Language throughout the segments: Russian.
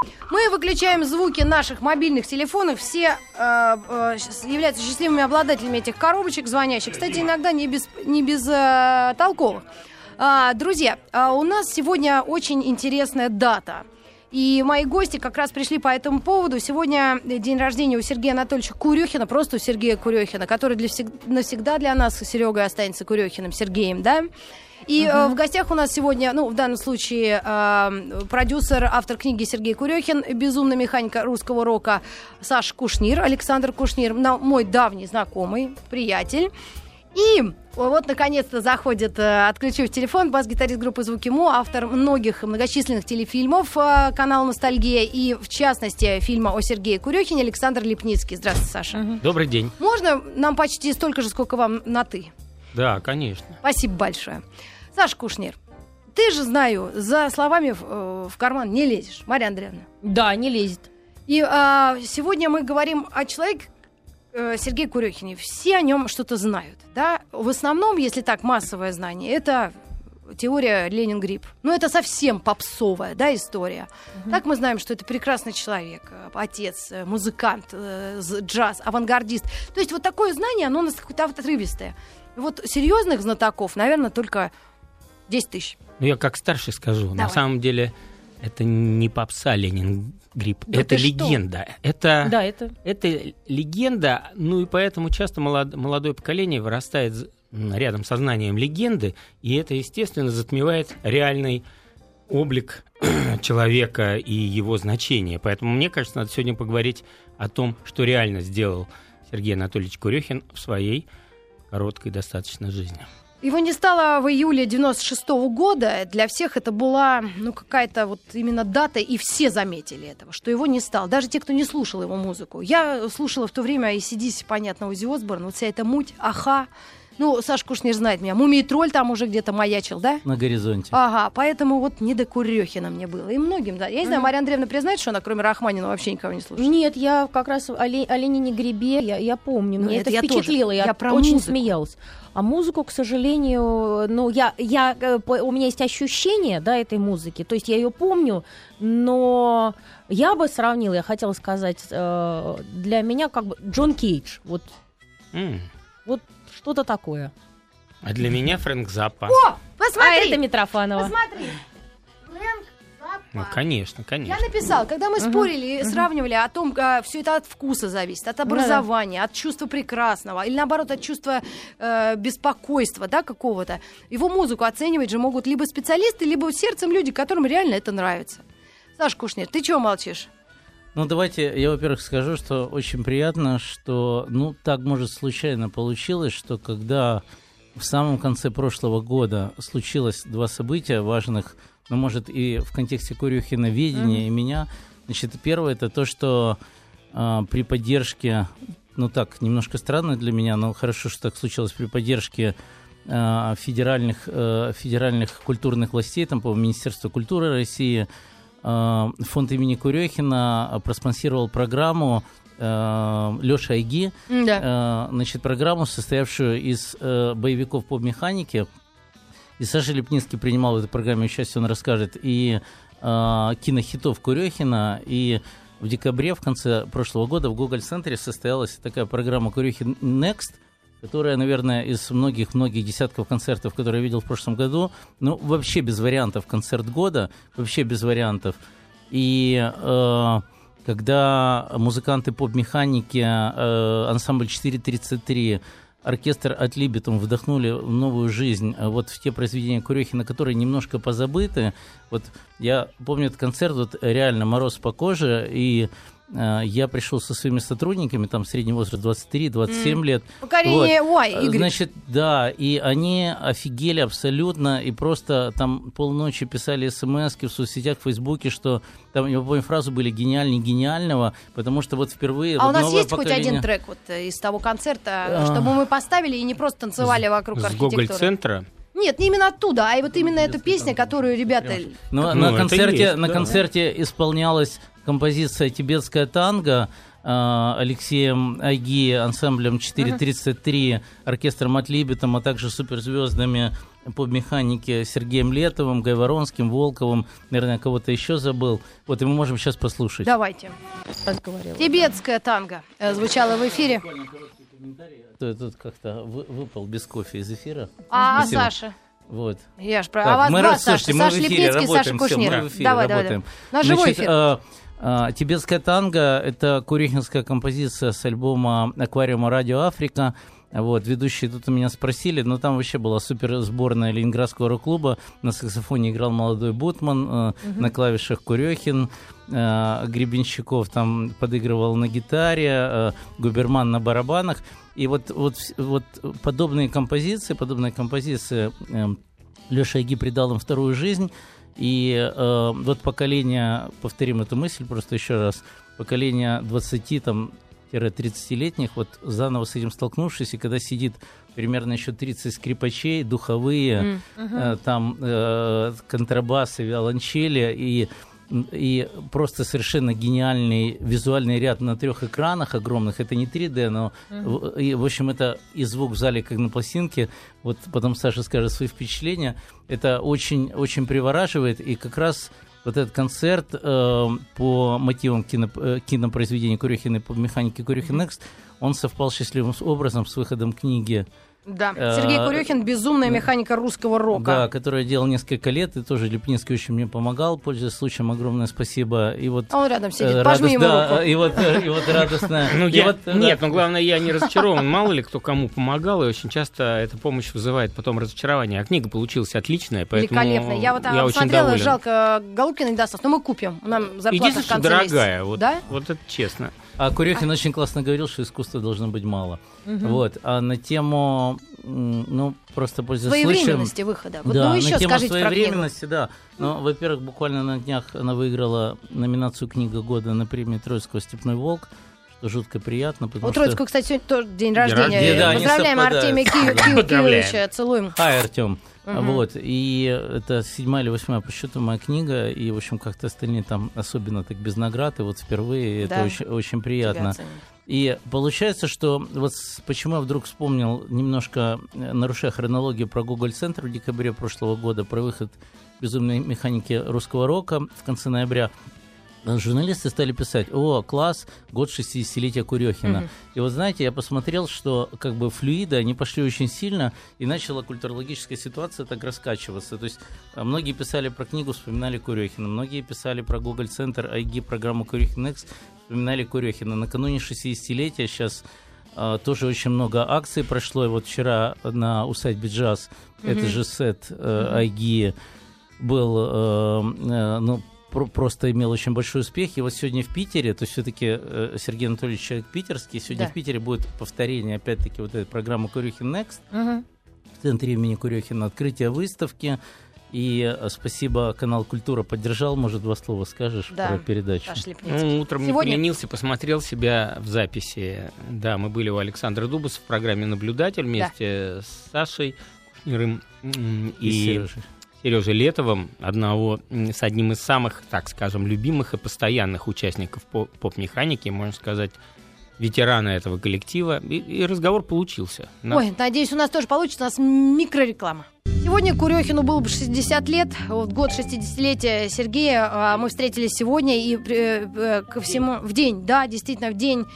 Мы выключаем звуки наших мобильных телефонов. Все являются счастливыми обладателями этих коробочек звонящих. Кстати, иногда не без толковых. Друзья, у нас сегодня очень интересная дата. И мои гости как раз пришли по этому поводу. Сегодня день рождения у Сергея Анатольевича Курехина, просто у Сергея Курехина, который навсегда для нас Серегой останется Курехиным, Сергеем, да? И в гостях у нас сегодня, в данном случае, продюсер, автор книги Сергей Курехин, безумный механик русского рока Саша Кушнир, Александр Кушнир, мой давний знакомый, приятель. И вот, наконец-то, заходит, отключив телефон, бас-гитарист группы «Звуки Му», автор многочисленных телефильмов канала «Ностальгия», и, в частности, фильма о Сергее Курехине Александр Лепницкий. Здравствуйте, Саша. Добрый день. Можно нам почти столько же, сколько вам на «ты»? Да, конечно. Спасибо большое. Саша Кушнир, ты же, знаю, за словами в карман не лезешь, Марья Андреевна. Да, не лезет. И сегодня мы говорим о человеке, Сергей Курехин, все о нем что-то знают, да? В основном, если так, массовое знание, это теория Ленин-Гриб. Это совсем попсовая, да, история. Так мы знаем, что это прекрасный человек, отец, музыкант, джаз, авангардист. То есть вот такое знание, оно у нас какое-то отрывистое. Вот серьезных знатоков, наверное, только 10 тысяч. Я как старший скажу. Давай. На самом деле это не попса Ленин-Гриб, да, это легенда. Это легенда, и поэтому часто молодое поколение вырастает рядом со знанием легенды, и это, естественно, затмевает реальный облик человека и его значение. Поэтому, мне кажется, надо сегодня поговорить о том, что реально сделал Сергей Анатольевич Курехин в своей короткой достаточно жизни. Его не стало в июле 96-го года. Для всех это была какая-то вот именно дата, и все заметили этого, что его не стало. Даже те, кто не слушал его музыку. Я слушала в то время AC/DC, понятно, Оззи Осборн, вот вся эта муть, Аха. Саша Кушнир знает меня. Мумий Тролль там уже где-то маячил, да? На горизонте. Ага, поэтому вот не до Курехина мне было. И многим, да. Я не знаю, Марья Андреевна признает, что она, кроме Рахманинова, вообще никого не слушает? Нет, я как раз о Ленине Грибе, я помню. Мне это впечатлило, я очень смеялась. А музыку, к сожалению, у меня есть ощущение, да, этой музыки. То есть я ее помню, но я бы сравнила, я хотела сказать, для меня как бы Джон Кейдж. Вот что-то такое. А для меня Фрэнк Заппа. О, посмотри! А это Митрофанова. Посмотри. Фрэнк Заппа. Конечно. Я написала, когда мы спорили, сравнивали о том, все это от вкуса зависит, от образования, от чувства прекрасного, или наоборот, от чувства беспокойства, да, какого-то. Его музыку оценивать же могут либо специалисты, либо сердцем люди, которым реально это нравится. Саша Кушнир, ты чего молчишь? Давайте я, во-первых, скажу, что очень приятно, что, так, может, случайно получилось, что когда в самом конце прошлого года случилось два события важных, может, и в контексте Курехина видения и меня, значит, первое, это то, что при поддержке, так, немножко странно для меня, но хорошо, что так случилось, при поддержке федеральных культурных властей, там, по-моему, Министерства культуры России, фонд имени Курехина проспонсировал программу Лёша Айги, программу, состоявшую из боевиков по механике. И Саша Лепницкий принимал в этой программе участие, он расскажет, и кинохитов Курехина. И в декабре, в конце прошлого года, в Гоголь-центре состоялась такая программа «Курехин Next», которая, наверное, из многих-многих десятков концертов, которые я видел в прошлом году, вообще без вариантов концерт года, вообще без вариантов. И когда музыканты поп-механики, ансамбль 433, оркестр от Либитум вдохнули в новую жизнь вот в те произведения Курехина, которые немножко позабыты, вот я помню этот концерт, реально мороз по коже, и я пришел со своими сотрудниками, там средний возраст 23-27 лет. Поколение Y, Игорь. Значит, да, и они офигели абсолютно, и просто там полночи писали смс-ки в соцсетях, в Фейсбуке, что там, я помню, фразу были «гениальней гениального», потому что вот впервые... А у нас есть хоть один трек вот из того концерта, чтобы мы поставили и не просто танцевали вокруг архитектуры? С Гоголь-центра? Нет, не именно оттуда, а вот именно эта песня, которую ребята... На концерте исполнялась композиция «Тибетская танго», Алексеем Айги, ансамблем 433, оркестром Матлибетом, а также суперзвездами поп-механики Сергеем Летовым, Гайворонским, Волковым, наверное, кого-то еще забыл. Вот, и мы можем сейчас послушать. Давайте. Тибетская танго звучала в эфире. Тут как-то выпал без кофе из эфира. А Саша? Вот. Я ж про... А вас два, Саша. Саша Лепницкий, Саша Кушнир. Давай. На живой эфир. Тибетская танго – это курехинская композиция с альбома «Аквариума Радио Африка». Вот, ведущие тут у меня спросили, но там вообще была супер сборная Ленинградского рок-клуба. На саксофоне играл молодой Бутман, на клавишах Курехин, Гребенщиков там подыгрывал на гитаре, Губерман на барабанах. И вот подобные композиции Леша Айги придал им вторую жизнь. И вот поколение, повторим эту мысль просто еще раз, поколение 20-30-летних, вот заново с этим столкнувшись, и когда сидит примерно еще 30 скрипачей, духовые, там контрабасы, виолончели и просто совершенно гениальный визуальный ряд на 3 экранах огромных. Это не 3D, но, и, в общем, это и звук в зале, как на пластинке. Вот потом Саша скажет свои впечатления. Это очень, очень привораживает. И как раз вот этот концерт по мотивам кинопроизведения Курехиной по механике Курехин Next, он совпал счастливым образом с выходом книги. Да, Сергей Курехин «Безумная механика русского рока». Да, который я делал несколько лет, и тоже Лепницкий очень мне помогал, пользуясь случаем, огромное спасибо. И вот он рядом сидит, пожми ему руку. И вот радостно. Нет, но главное, я не разочарован, мало ли кто кому помогал, и очень часто эта помощь вызывает потом разочарование. А книга получилась отличная, поэтому великолепная. Я вот посмотрела, жалко, Голубкина не даст, но мы купим. Нам зарплата в конце месяца. Дорогая, вот это честно. А Курехин очень классно говорил, что искусства должно быть мало. Вот. А на тему, просто пользуясь случаем... Своевременности выхода. Вот, да, еще на тему скажите своевременности, да. Но, во-первых, буквально на днях она выиграла номинацию «Книга года» на премии Троицкого «Степной волк», что жутко приятно. У Троицкого, кстати, сегодня тоже день рождения. Да, поздравляем Артемия Киевича, целуем. Хай, Артем. Вот, и это 7-я или 8-я по счету моя книга, и, в общем, как-то остальные там особенно так без наград, и вот впервые, да, это очень, очень приятно. И получается, что вот почему я вдруг вспомнил, немножко нарушая хронологию, про Гоголь-центр в декабре прошлого года, про выход «Безумной механики русского рока» в конце ноября. Журналисты стали писать: «О, класс, год 60-летия Курехина». И вот знаете, я посмотрел, что как бы флюиды, они пошли очень сильно, и начала культурологическая ситуация так раскачиваться. То есть многие писали про книгу, вспоминали Курехина, многие писали про Гоголь-центр, Айги, программу Курехин Next, вспоминали Курехина. Накануне 60-летия сейчас тоже очень много акций прошло. И вот вчера на усадьбе «Джаз» это же сет Айги был, просто имел очень большой успех. И вот сегодня в Питере, то есть все-таки Сергей Анатольевич человек питерский, сегодня в Питере будет повторение, опять-таки, вот этой программы «Курехин Next» в центре имени Курехина, открытие выставки. И спасибо, канал «Культура» поддержал. Может, 2 слова скажешь про передачу? Утром не поленился, посмотрел себя в записи. Да, мы были у Александра Дубаса в программе «Наблюдатель» вместе с Сашей Кушнирым и Сережей Летовым, с одним из самых, так скажем, любимых и постоянных участников поп-механики, можно сказать, ветерана этого коллектива. И разговор получился. Ой, надеюсь, у нас тоже получится. У нас микрореклама. Сегодня Курехину было бы 60 лет. Вот год 60-летия Сергея. Мы встретились сегодня и ко всему в день, да, действительно, в день...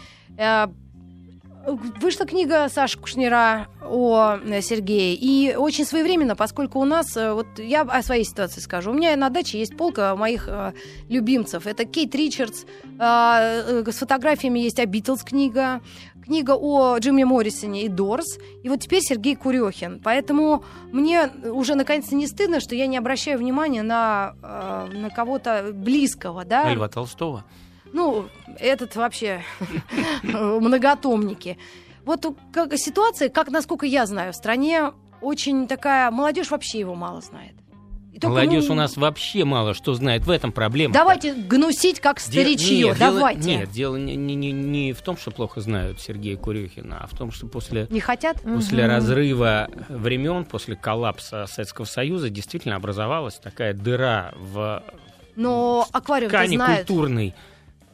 Вышла книга Саши Кушнира о Сергее, и очень своевременно, поскольку у нас, вот я о своей ситуации скажу, у меня на даче есть полка моих любимцев, это Кейт Ричардс, с фотографиями есть о Битлз книга о Джимми Моррисоне и Дорс, и вот теперь Сергей Курехин, поэтому мне уже наконец-то не стыдно, что я не обращаю внимания на кого-то близкого, да? Льва Толстого. Этот вообще многотомники. Вот ситуация, насколько я знаю, в стране очень такая... Молодежь вообще его мало знает. Молодежь у нас вообще мало что знает. В этом проблема. Давайте гнусить, как старичье. Давайте. Нет, дело не в том, что плохо знают Сергея Курехина, а в том, что после разрыва времен, после коллапса Советского Союза действительно образовалась такая дыра в аквариум ткани культурной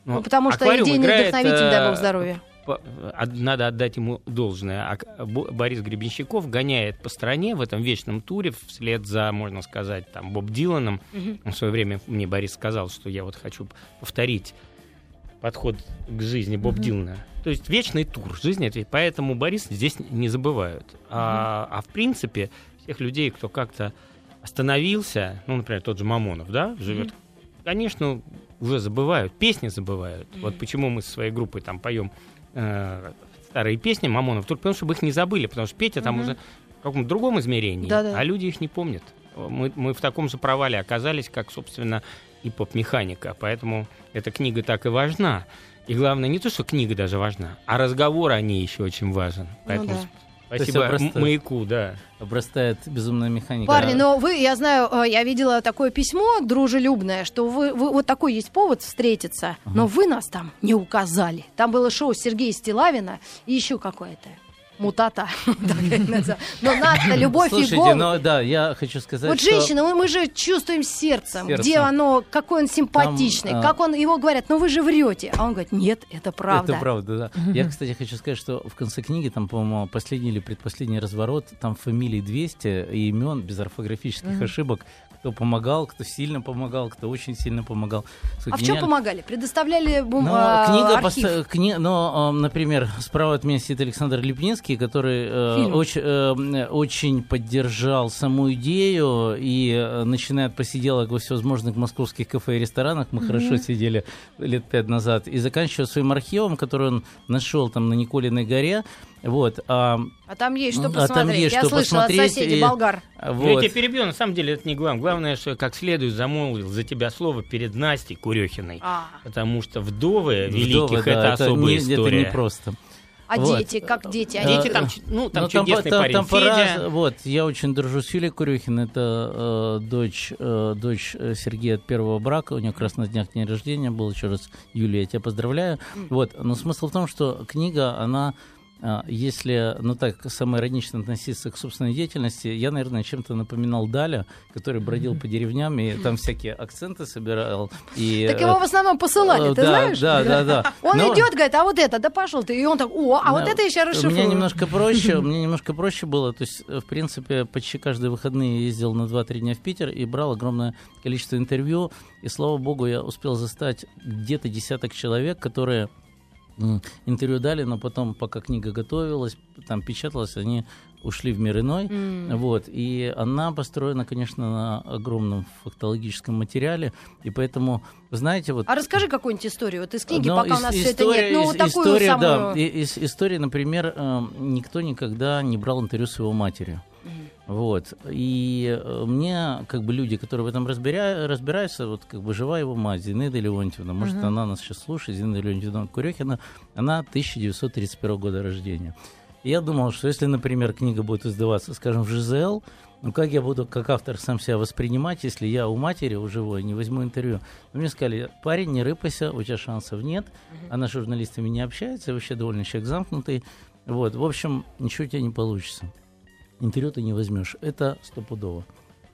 Ну, потому что идейный вдохновитель, дай бог здоровья. Надо отдать ему должное. Борис Гребенщиков гоняет по стране в этом вечном туре вслед за, можно сказать, там, Боб Диланом. В свое время мне Борис сказал, что я вот хочу повторить подход к жизни Боб Дилана. То есть вечный тур жизни. Поэтому Борис здесь не забывают. А в принципе, всех людей, кто как-то остановился, ну, например, тот же Мамонов, да, живет, конечно, уже забывают, песни забывают. Вот почему мы со своей группой там поем старые песни Мамонов, только потому, чтобы их не забыли, потому что Петя там уже в каком-то другом измерении, а люди их не помнят. Мы в таком же провале оказались, как, собственно, и поп-механика, поэтому эта книга так и важна. И главное, не то, что книга даже важна, а разговор о ней еще очень важен. Поэтому спасибо Маяку, да. Обрастает безумная механика. Парни, но вы, я знаю, я видела такое письмо дружелюбное, что вы вот такой есть повод встретиться, но вы нас там не указали. Там было шоу Сергея Стилавина и еще какое-то. Мутата. Но надо, любовь и Слушайте, ну да, я хочу сказать, вот женщина, мы же чувствуем сердцем, где оно, какой он симпатичный, как он, его говорят, ну вы же врете. А он говорит, нет, это правда. Это правда, да. Я, кстати, хочу сказать, что в конце книги, там, по-моему, последний или предпоследний разворот, там фамилий 200 и имен без орфографических ошибок. Кто помогал, кто сильно помогал, кто очень сильно помогал. А в чем помогали? Предоставляли архив? Например, справа от меня сидит Александр Лепнинский, который очень поддержал саму идею и начиная от посиделок во всевозможных московских кафе и ресторанах, мы хорошо сидели лет 5 назад, и заканчивая своим архивом, который он нашел там на Николиной горе. Вот, там есть что посмотреть. Я слышала от соседей болгар. Вот. Я тебя перебью, на самом деле это не главное. Главное, что я как следует замолвил за тебя слово перед Настей Курехиной. Потому что вдовы великих это особая история. Это непросто. А вот. Дети, как дети? Дети там чудесный парень Федя. Вот, я очень дружу с Юлией Курехиной, это дочь Сергея от первого брака, у нее как раз на днях день рождения был, еще раз, Юлия, я тебя поздравляю. Вот, но смысл в том, что книга, она... Если, самоиронично относиться к собственной деятельности, я, наверное, чем-то напоминал Даля, который бродил по деревням и там всякие акценты собирал. Так его в основном посылали, ты знаешь? Да. Он идет, говорит, а вот это, да пошел ты. И он так, вот это я сейчас расшифрую. Мне немножко проще было. То есть, в принципе, почти каждые выходные я ездил на 2-3 дня в Питер и брал огромное количество интервью. И, слава богу, я успел застать где-то десяток человек, которые... интервью дали, но потом, пока книга готовилась, там печаталась, они ушли в мир иной. Вот, и она построена, конечно, на огромном фактологическом материале, и поэтому, вы знаете, вот... А расскажи какую-нибудь историю, вот из книги, пока у нас все это нет. Ну, вот такую самую... Да, история, например, никто никогда не брал интервью с его матерью. Вот. И мне, как бы, люди, которые в этом разбираются, вот, как бы, жива его мать, Зинаида Леонтьевна, может, она нас сейчас слушает, Зинаида Леонтьевна Курехина, она 1931 года рождения. И я думал, что если, например, книга будет издаваться, скажем, в ЖЗЛ, ну, как я буду, как автор, сам себя воспринимать, если я у матери, у живой, не возьму интервью? Но мне сказали, парень, не рыпайся, у тебя шансов нет, она с журналистами не общается, вообще довольно человек замкнутый. Вот, в общем, ничего у тебя не получится. Интервью ты не возьмешь. Это стопудово.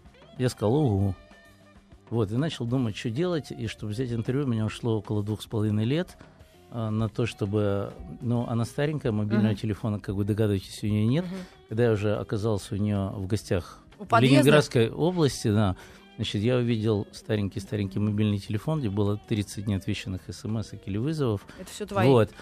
Я сказал, ого. Вот, и начал думать, что делать. И чтобы взять интервью, у меня ушло около 2,5 лет на то, чтобы... Ну, она старенькая, мобильного телефона, как вы догадываетесь, у нее нет. Когда я уже оказался у нее в гостях в Ленинградской области, да, значит, я увидел старенький мобильный телефон, где было 30 неотвеченных смс или вызовов. Это все твои? Вот.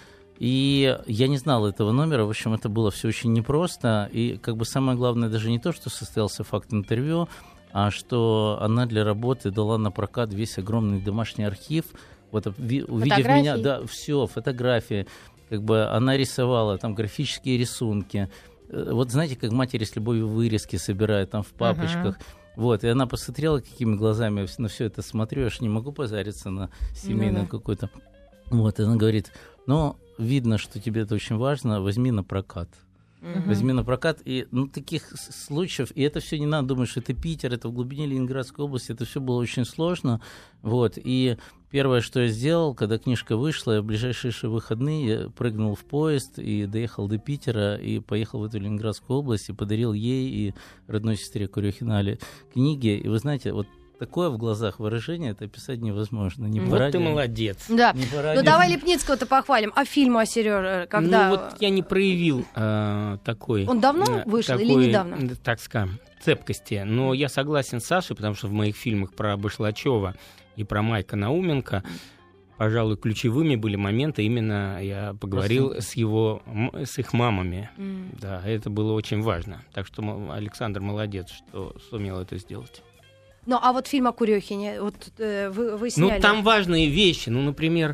И я не знал этого номера, в общем, это было все очень непросто. И как бы самое главное даже не то, что состоялся факт интервью, а что она для работы дала на прокат весь огромный домашний архив. Вот, увидев меня, да, все, фотографии, как бы она рисовала там графические рисунки. Вот знаете, как матери с любовью вырезки собирают там в папочках. Вот, и она посмотрела, какими глазами я на все это смотрю, я ж не могу позариться на семейную какую-то. Вот, и она говорит, видно, что тебе это очень важно, возьми на прокат. Возьми на прокат. И таких случаев, и это все не надо думать, что это Питер, это в глубине Ленинградской области, это все было очень сложно. Вот, и первое, что я сделал, когда книжка вышла, я в ближайшие выходные я прыгнул в поезд и доехал до Питера, и поехал в эту Ленинградскую область, и подарил ей и родной сестре Курехинале книги. И вы знаете, вот такое в глазах выражение, это описать невозможно. Не вот радио, ты молодец. Да. Ну давай Лепницкого-то похвалим. А фильм о Серёже, когда... Ну вот я не проявил такой... Он давно вышел или недавно? Так скажем, цепкости. Но я согласен с Сашей, потому что в моих фильмах про Башлачева и про Майка Науменко, пожалуй, ключевыми были моменты. Именно я поговорил с их мамами. Да, это было очень важно. Так что Александр молодец, что сумел это сделать. Ну, а вот фильм о Курехине, вот вы сняли... Ну, там важные вещи. Ну, например,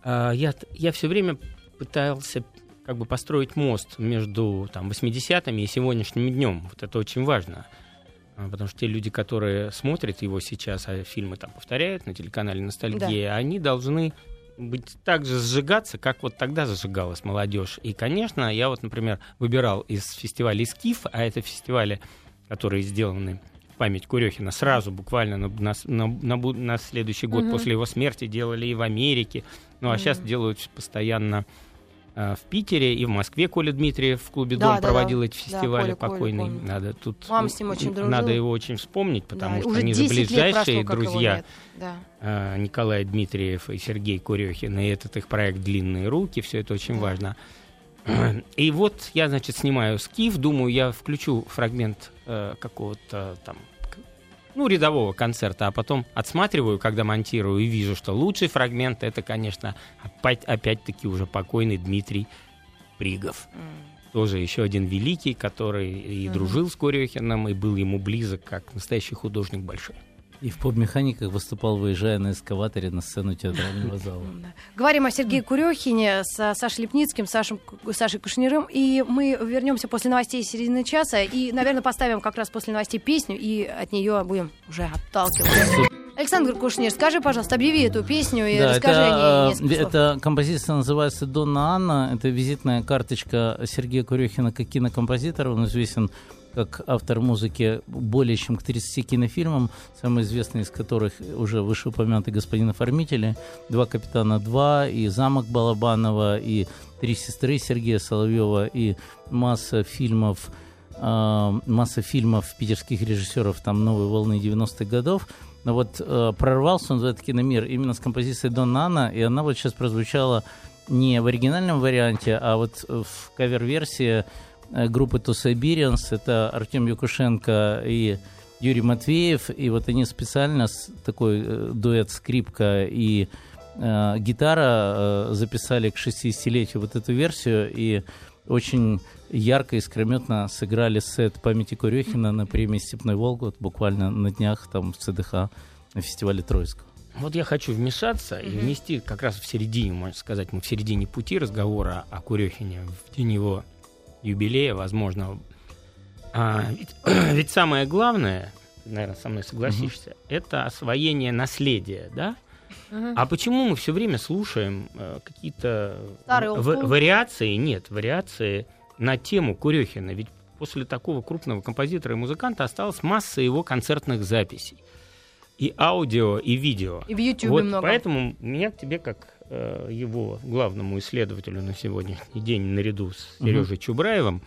я все время пытался как бы построить мост между там 80-ми и сегодняшним днем. Вот это очень важно. Потому что те люди, которые смотрят его сейчас, а фильмы там повторяют на телеканале «Ностальгия», они должны быть так же сжигаться, как вот тогда зажигалась молодежь. И, конечно, я вот, например, выбирал из фестиваля «Скиф», а это фестивали, которые сделаны в память Курехина, сразу буквально на следующий год после его смерти делали и в Америке. Ну, а сейчас делают постоянно в Питере и в Москве. Коля Дмитриев в клубе «Дом» проводил эти фестивали, покойный. Мама с ним очень дружила. Надо его очень вспомнить, потому что они же ближайшие друзья. Николай Дмитриев и Сергей Курехин, и этот их проект «Длинные руки», все это очень важно. И вот я, значит, снимаю «Скиф», думаю, я включу фрагмент какого-то там, рядового концерта, а потом отсматриваю, когда монтирую, и вижу, что лучший фрагмент — это, конечно, опять-таки уже покойный Дмитрий Пригов. Тоже еще один великий, который и дружил с Курехиным, и был ему близок, как настоящий художник большой. И в «Поп-механиках» выступал, выезжая на эскаваторе на сцену театрального зала. Говорим о Сергее Курехине с Сашей Лепницким, Сашей Кушнирым. И мы вернемся после новостей середины часа. И, наверное, поставим как раз после новостей песню. И от нее будем уже отталкиваться. Александр Кушнир, скажи, пожалуйста, объяви эту песню и расскажи о ней несколько слов. Эта композиция называется «Донна Анна». Это визитная карточка Сергея Курехина как кинокомпозитора. Он известен как автор музыки более чем к 30 кинофильмам, самый известный из которых уже вышеупомянутый «Господин оформитель», «Два капитана 2», и «Замок Балабанова», и «Три сестры» Сергея Соловьева, и масса фильмов питерских режиссеров там новой волны 90-х годов. Но вот прорвался он в этот киномир именно с композицией «Донна Анна», и она вот сейчас прозвучала не в оригинальном варианте, а вот в кавер-версии группы To Siberians. Это Артем Якушенко и Юрий Матвеев, и вот они специально такой дуэт скрипка и гитара записали к 60-летию вот эту версию, и очень ярко и искрометно сыграли сет памяти Курехина на премии «Степной Волк», вот буквально на днях там в ЦДХ на фестивале Троицкого. Вот я хочу вмешаться и внести как раз в середине, можно сказать, мы в середине пути разговора о Курехине, в день его юбилея, возможно. Ведь самое главное, наверное, со мной согласишься, это освоение наследия, да? А почему мы все время слушаем какие-то вариации на тему Курехина? Ведь после такого крупного композитора и музыканта осталась масса его концертных записей. И аудио, и видео. И в Ютьюбе много. Поэтому меня к тебе, как его главному исследователю на сегодняшний день, наряду с Сережей Чубраевым,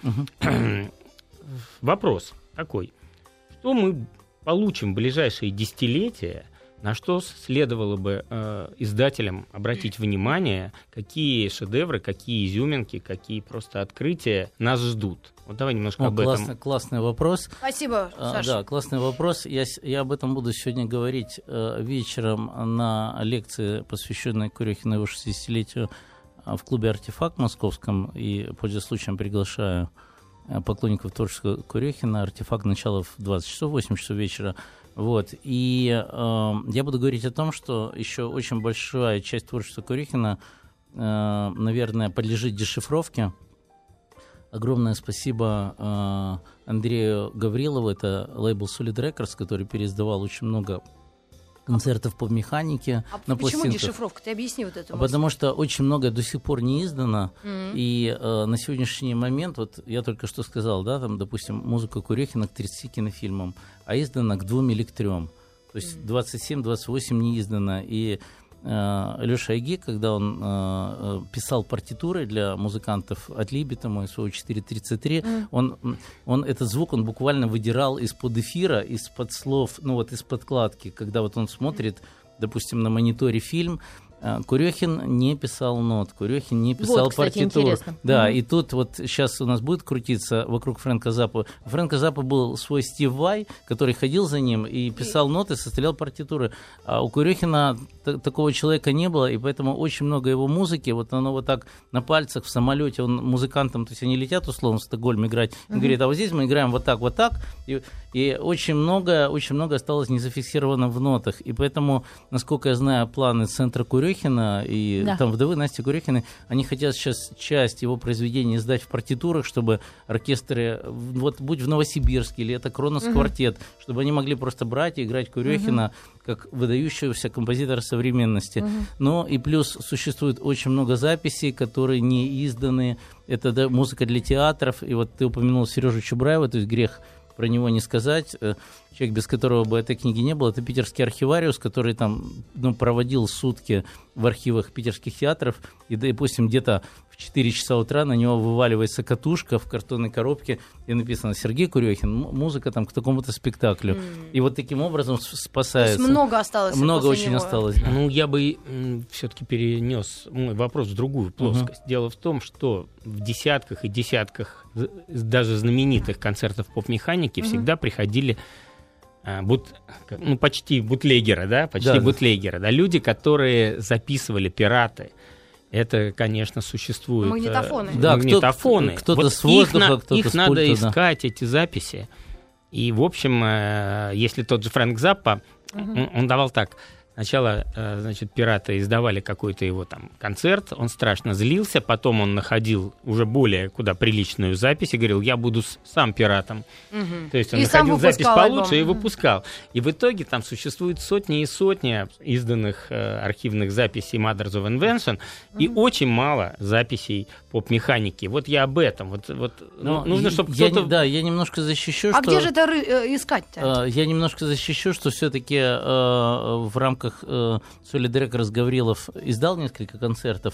вопрос такой. Что мы получим в ближайшие десятилетия, на что следовало бы издателям обратить внимание, какие шедевры, какие изюминки, какие просто открытия нас ждут? Вот давай немножко об этом. Классный вопрос. Спасибо, Саша. Да, классный вопрос. Я об этом буду сегодня говорить вечером на лекции, посвященной Курехину его 60-летию в клубе «Артефакт» московском. И, пользуясь случаем, приглашаю поклонников творчества Курехина. «Артефакт» начало в 20 часов, 8 часов вечера. Вот. И я буду говорить о том, что еще очень большая часть творчества Курехина, наверное, подлежит дешифровке. Огромное спасибо Андрею Гаврилову, это лейбл Solid Records, который переиздавал очень много концертов по механике на почему пластинках. Дешифровка? Ты объясни вот это. Потому что очень многое до сих пор не издано, и на сегодняшний момент, вот я только что сказал, да, там, допустим, музыка Курехина к 30 кинофильмам, а издана к 2 или к 3. То есть 27-28 не издано, и Леша Айги, когда он писал партитуры для музыкантов от Либета, мой СО-433, он этот звук он буквально выдирал из-под эфира, из-под слов, ну вот из подкладки, когда вот он смотрит, допустим, на мониторе фильм. Курехин не писал нот, Курехин не писал вот, партитур. Да, и тут вот сейчас у нас будет крутиться вокруг Фрэнка Заппы. У Фрэнка Заппы был свой Стив Вай, который ходил за ним и писал ноты, составлял партитуры. А у Курехина такого человека не было, и поэтому очень много его музыки, вот оно вот так на пальцах в самолете, он музыкантом, то есть они летят условно в Стокгольм играть, он говорит, а вот здесь мы играем вот так, и очень много осталось не зафиксировано в нотах, и поэтому, насколько я знаю, планы центра Курехина и там вдовы Насти Курехиной, они хотят сейчас часть его произведений издать в партитурах, чтобы оркестры, вот будь в Новосибирске или это Кронос квартет, чтобы они могли просто брать и играть Курехина как выдающегося композитора современности. Но и плюс существует очень много записей, которые не изданы. Это музыка для театров. И вот ты упомянул Сережу Чубраева, то есть грех про него не сказать. Человек, без которого бы этой книги не было, это питерский архивариус, который там проводил сутки в архивах питерских театров, и, допустим, где-то в 4 часа утра на него вываливается катушка в картонной коробке, где написано «Сергей Курехин, музыка там к такому-то спектаклю». И вот таким образом спасается. То есть много осталось. Много очень него. Осталось. Да. Ну, я бы все-таки перенес мой вопрос в другую плоскость. Дело в том, что в десятках и десятках даже знаменитых концертов поп-механики всегда приходили почти бутлегеры, да, бутлегеры, да, люди, которые записывали пираты. Это, конечно, существует. Магнитофоны. Да, магнитофоны. Кто-то с воздуха, кто-то их с надо пульта, искать, эти записи. И, в общем, если тот же Фрэнк Заппа, он давал так. Сначала, значит, пираты издавали какой-то его там концерт, он страшно злился, потом он находил уже более куда приличную запись и говорил, я буду сам пиратом. То есть он и находил запись получше и выпускал. И в итоге там существует сотни и сотни изданных архивных записей Mothers of Invention и очень мало записей поп-механики. Вот я об этом. Вот нужно, чтобы кто-то... Да, я немножко защищу, что... А где же это искать-то? Я немножко защищу, что все-таки в рамках Solid Records Гаврилов издал несколько концертов,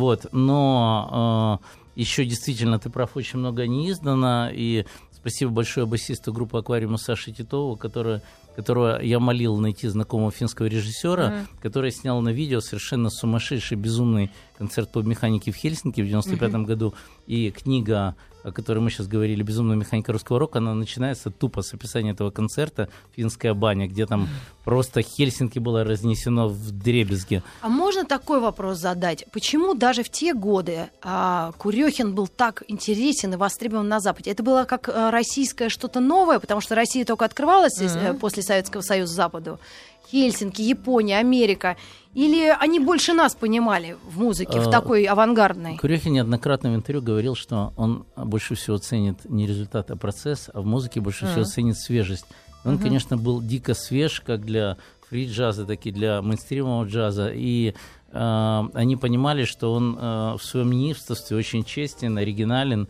но еще действительно, ты прав, очень много не издано, и спасибо большое басисту группы «Аквариума» Саше Титову, которого я молил найти знакомого финского режиссера, который снял на видео совершенно сумасшедший, безумный концерт по механике в Хельсинки в 1995 году, и книга, о которой мы сейчас говорили, «Безумная механика русского рока», она начинается тупо с описания этого концерта «Финская баня», где там просто Хельсинки было разнесено вдребезги. А можно такой вопрос задать? Почему даже в те годы Курехин был так интересен и востребован на Западе? Это было как российское что-то новое, потому что Россия только открывалась после Советского Союза Западу. Хельсинки, Япония, Америка. Или они больше нас понимали в музыке, в такой авангардной? Курехин неоднократно в интервью говорил, что он больше всего ценит не результат, а процесс, а в музыке больше всего ценит свежесть. Он, конечно, был дико свеж, как для фри-джаза, так и для мейнстримового джаза. И они понимали, что он в своем неистовстве очень честен, оригинален.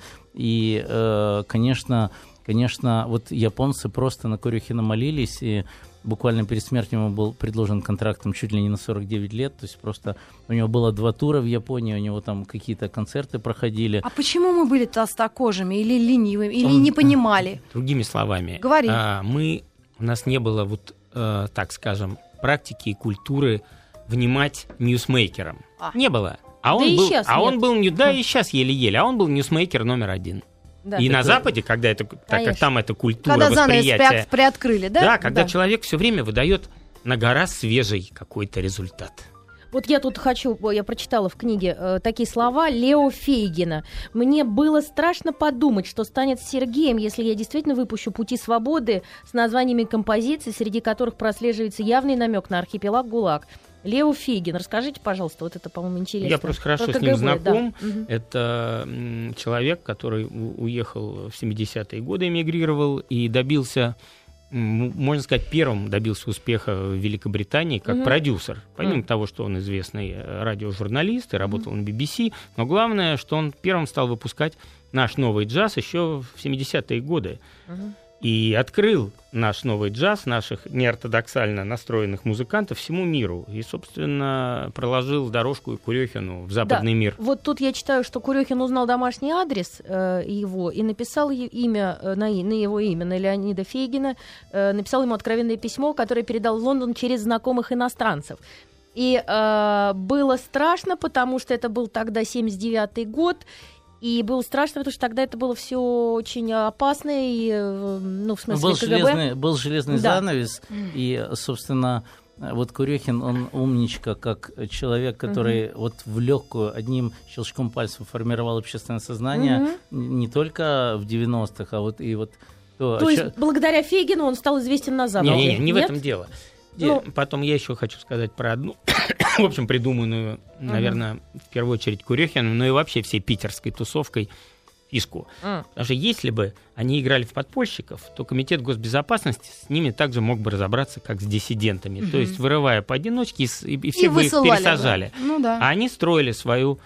И, конечно, вот японцы просто на Курехина молились, и буквально перед смертью ему был предложен контракт чуть ли не на 49 лет, то есть просто у него было 2 тура в Японии, у него там какие-то концерты проходили. А почему мы были толстокожими или ленивыми, или не понимали? Другими словами, говори. У нас не было, так скажем, практики и культуры внимать ньюсмейкерам. Не было. И сейчас еле-еле, а он был ньюсмейкер номер 1. Да, и на Западе, когда это, так как там это культура восприятия... Когда занавес приоткрыли, да? Да, когда человек все время выдает на гора свежий какой-то результат. Вот я тут я прочитала в книге такие слова Лео Фейгина. «Мне было страшно подумать, что станет с Сергеем, если я действительно выпущу «Пути свободы» с названиями композиций, среди которых прослеживается явный намек на архипелаг ГУЛАГ». Лео Фейгин, расскажите, пожалуйста, вот это, по-моему, интересно. Я просто хорошо с ним знаком. Да. Это человек, который уехал в 70-е годы, эмигрировал и добился, можно сказать, первым добился успеха в Великобритании как продюсер. Помимо того, что он известный радиожурналист и работал на BBC, но главное, что он первым стал выпускать наш новый джаз еще в 70-е годы. и открыл наш новый джаз, наших неортодоксально настроенных музыкантов всему миру. И, собственно, проложил дорожку и Курехину в западный мир. Вот тут я читаю, что Курехин узнал домашний адрес его и написал имя, на его имя, на Леонида Фейгина, написал ему откровенное письмо, которое передал в Лондон через знакомых иностранцев. И было страшно, потому что это был тогда 79-й год, и было страшно, потому что тогда это было все очень опасно, и, ну, в смысле, КГБ. Был железный занавес, и, собственно, вот Курехин, он умничка, как человек, который вот в легкую одним щелчком пальцев формировал общественное сознание, не только в 90-х, а вот и вот... То есть благодаря Фейгину он стал известен на Западе? Не в этом дело. Потом я еще хочу сказать про одну, в общем, придуманную, наверное, в первую очередь Курехиным, но и вообще всей питерской тусовкой фишку. Потому что если бы они играли в подпольщиков, то Комитет госбезопасности с ними также мог бы разобраться, как с диссидентами. То есть вырывая поодиночке, и все бы их пересажали. Ну, да. А они строили свою,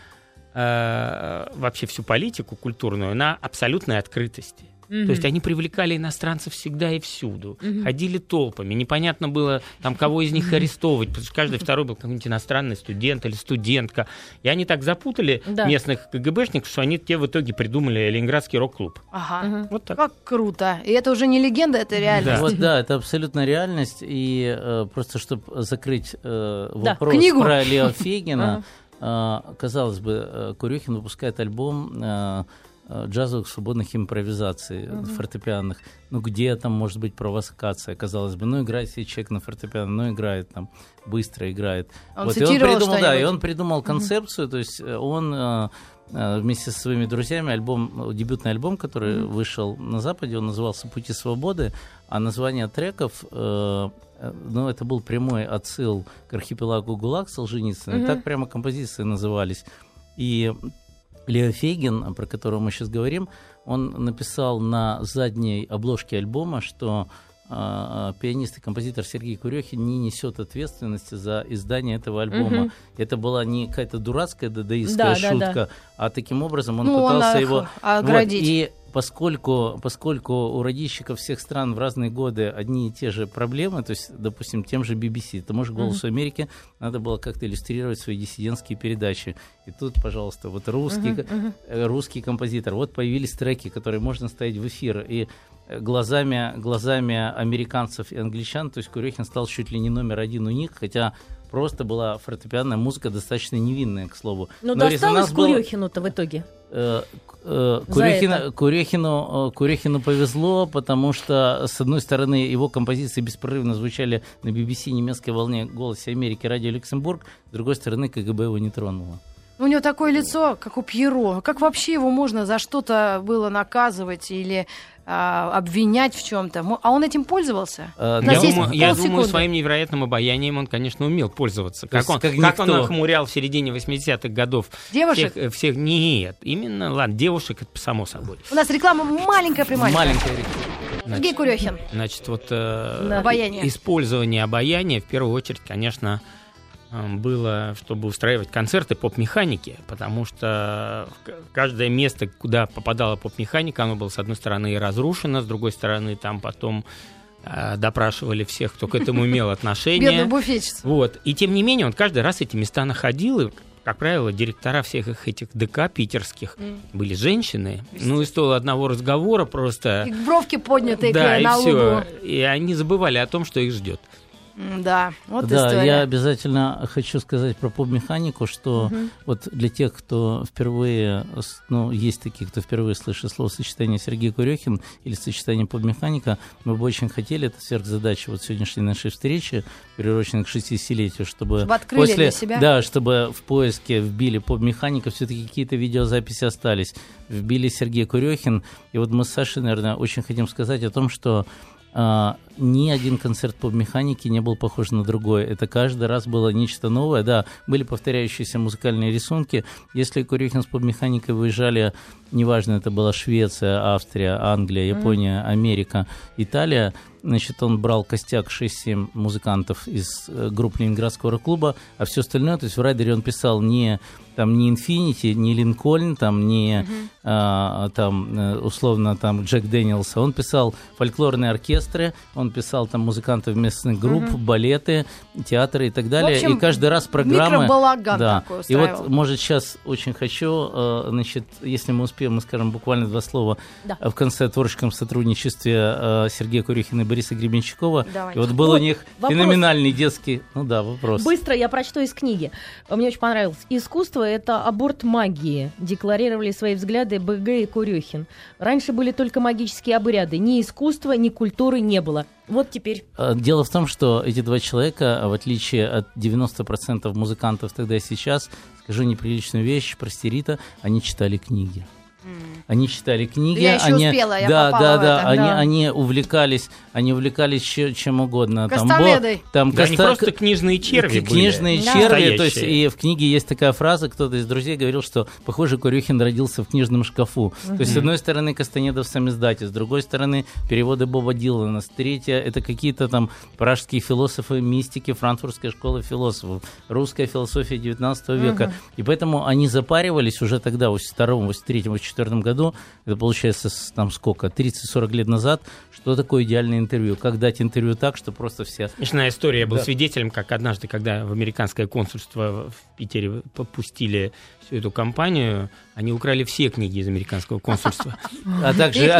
вообще всю политику культурную на абсолютной открытости. То есть они привлекали иностранцев всегда и всюду, ходили толпами, непонятно было, там, кого из них арестовывать, потому что каждый второй был какой-нибудь иностранный студент или студентка. И они так запутали местных КГБшников, что они те в итоге придумали Ленинградский рок-клуб. Ага, вот так. Как круто. И это уже не легенда, это реальность. Вот, да, это абсолютно реальность. И просто, чтобы закрыть вопрос про Лео Фейгина, казалось бы, Курехин выпускает альбом джазовых свободных импровизаций фортепианных. Ну, где там может быть провокация, казалось бы. Ну, играет себе человек на фортепиано, ну, играет там, быстро играет. Он вот, цитировал что-нибудь. Да, и он придумал концепцию, то есть он вместе со своими друзьями дебютный альбом, который вышел на Западе, он назывался «Пути свободы», а название треков, ну, это был прямой отсыл к архипелагу ГУЛАГ Солженицына, так прямо композиции назывались. И Лео Фейгин, про которого мы сейчас говорим, он написал на задней обложке альбома, что пианист и композитор Сергей Курехин не несет ответственности за издание этого альбома. Это была не какая-то дурацкая дадаистская шутка, а таким образом он пытался его оградить. Вот, и поскольку у радищиков всех стран в разные годы одни и те же проблемы, то есть, допустим, тем же BBC, тому же «Голосу Америки» надо было как-то иллюстрировать свои диссидентские передачи. И тут, пожалуйста, вот русский композитор. Вот появились треки, которые можно ставить в эфир. И глазами американцев и англичан, то есть Курехин стал чуть ли не номер один у них, хотя просто была фортепианная музыка достаточно невинная, к слову. Но досталось Курехину-то в итоге? Курехину повезло, потому что, с одной стороны, его композиции беспрерывно звучали на BBC немецкой волне «Голосе Америки», радио Люксембург, с другой стороны, КГБ его не тронуло. У него такое лицо, как у Пьеро. Как вообще его можно за что-то было наказывать или обвинять в чем-то? А он этим пользовался? Я думаю, своим невероятным обаянием он, конечно, умел пользоваться. Как он охмурял в середине 80-х годов. Девушек? Всех нет. Именно, ладно, девушек, это само собой. У нас реклама маленькая-прималенькая. Маленькая реклама. Сергей Курехин. Значит, вот использование обаяния, в первую очередь, конечно, было, чтобы устраивать концерты поп-механики, потому что каждое место, куда попадала поп-механика, оно было, с одной стороны, и разрушено, с другой стороны, там потом допрашивали всех, кто к этому имел отношение. Бедный буфетчица. Вот. И тем не менее, он каждый раз эти места находил, и, как правило, директора всех этих ДК питерских были женщины. Ну, и стоило одного разговора просто... И бровки поднятые на лбу. И они забывали о том, что их ждет. Да, вот история. Да, я обязательно хочу сказать про поп-механику, что вот для тех, кто впервые, ну, есть такие, кто впервые слышит словосочетание Сергей Курехин или сочетание поп-механика, мы бы очень хотели, это сверхзадача вот сегодняшней нашей встречи, приуроченной к 60-летию, чтобы открыли для себя. Да, чтобы в поиске вбили поп-механика, все-таки какие-то видеозаписи остались. Вбили Сергей Курехин, и вот мы с Сашей, наверное, очень хотим сказать о том, что ни один концерт поп-механики не был похож на другой. Это каждый раз было нечто новое. Да, были повторяющиеся музыкальные рисунки. Если Курехин с поп-механикой выезжали, неважно, это была Швеция, Австрия, Англия, Япония, Америка, Италия, значит, он брал костяк 6-7 музыкантов из групп Ленинградского рок-клуба, а все остальное, то есть в райдере он писал не Infinity, не Линкольн, не условно Джек Дэниелса, он писал фольклорные оркестры, он писал там музыкантов местных групп, балеты, театры и так далее. В общем, и каждый раз программы... микробалаган такой устраивал. И вот, может, сейчас очень хочу, значит, если мы успеем, мы скажем буквально 2 слова в конце о творческом сотрудничестве Сергея Курехина и Бориса Гребенщикова. Давайте. И вот был у них феноменальный детский... вопрос. Быстро я прочту из книги. Мне очень понравилось. Искусство — это аборт магии, декларировали свои взгляды БГ и Курехин. Раньше были только магические обряды. Ни искусства, ни культуры не было. Вот теперь. Дело в том, что эти 2 человека, в отличие от 90% музыкантов тогда и сейчас, скажу неприличную вещь, прости, они читали книги. Они читали книги, я еще успела, я попала в это. Они увлекались чем угодно. Костоледой. Они просто книжные черви были. Книжные черви, то есть и в книге есть такая фраза, кто-то из друзей говорил, что, похоже, Курехин родился в книжном шкафу. То есть, с одной стороны, Кастанедов самиздате, с другой стороны, переводы Боба Дилана, с третьей, это какие-то там пражские философы, мистики, франкфуртская школа философов, русская философия 19 века. И поэтому они запаривались уже тогда, в 82-м, 83-м, 84-м году, это получается там сколько, 30-40 лет назад, что такое идеальное интервью, как дать интервью так, что просто все... Смешная история, я был свидетелем, как однажды, когда в американское консульство в Питере попустили всю эту кампанию, они украли все книги из американского консульства. А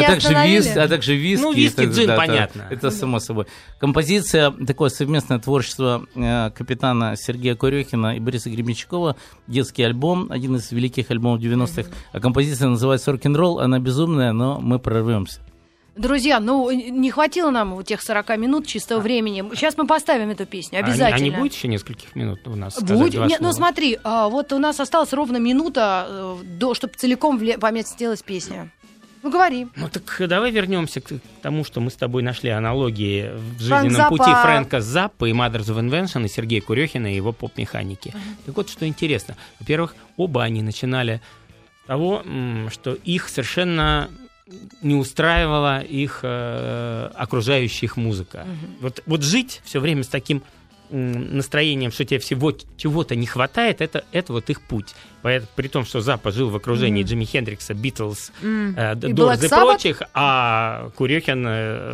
также виски. Ну, виски, джин, понятно. Это само собой. Композиция, такое совместное творчество капитана Сергея Курехина и Бориса Гребенщикова, детский альбом, один из великих альбомов 90-х, а композиция называется «Рок-н-ролл», она безумная, но мы прорвемся. Друзья, не хватило нам тех 40 минут чистого времени. Сейчас мы поставим эту песню, обязательно. А не будет еще нескольких минут у нас? Будет. Смотри, вот у нас осталась ровно минута, чтобы целиком поместилась песня. Ну, говори. Ну, так давай вернемся к тому, что мы с тобой нашли аналогии в жизненном пути Фрэнка Заппа и Mothers of Invention, и Сергея Курехина и его поп-механики. Так вот, что интересно. Во-первых, оба они начинали с того, что их совершенно не устраивала их окружающая их музыка. Вот жить все время с таким настроением, что тебе всего чего-то не хватает, это вот их путь. При том, что Заппа жил в окружении Джимми Хендрикса, Битлз, Дорс и прочих, а Курехин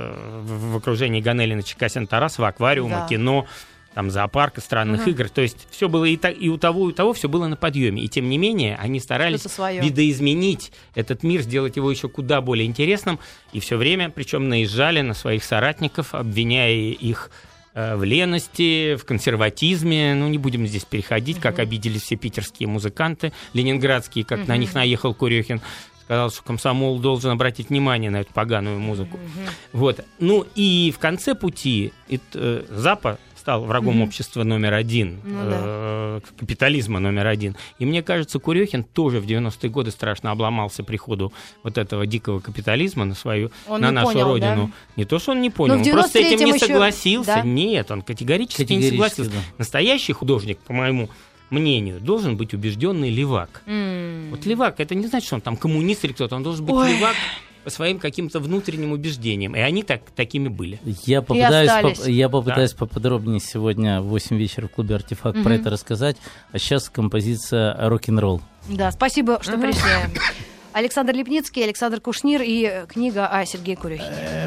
в окружении Ганелина, Чекасина, Тарасова, аквариума, кино, там, зоопарка, странных игр. То есть все было и у того все было на подъеме. И тем не менее они старались видоизменить этот мир, сделать его еще куда более интересным. И все время, причем, наезжали на своих соратников, обвиняя их в лености, в консерватизме. Не будем здесь переходить, как обиделись все питерские музыканты, ленинградские, как на них наехал Курехин. Сказал, что комсомол должен обратить внимание на эту поганую музыку. Вот. И в конце пути Заппа стал врагом общества номер один, капитализма номер один. И мне кажется, Курехин тоже в 90-е годы страшно обломался приходу вот этого дикого капитализма на нашу родину. Да? Не то, что он не понял, он просто с этим не согласился. Да? Нет, он категорически не согласился. Да. Настоящий художник, по моему мнению, должен быть убежденный левак. Вот левак, это не значит, что он там коммунист или кто-то, он должен быть левак по своим каким-то внутренним убеждениям. И они такими были. Я попытаюсь поподробнее сегодня в 8 вечера в клубе «Артефакт» про это рассказать. А сейчас композиция «Рок-н-ролл». Да, спасибо, что пришли. Александр Лепницкий, Александр Кушнир и книга о Сергее Курехине.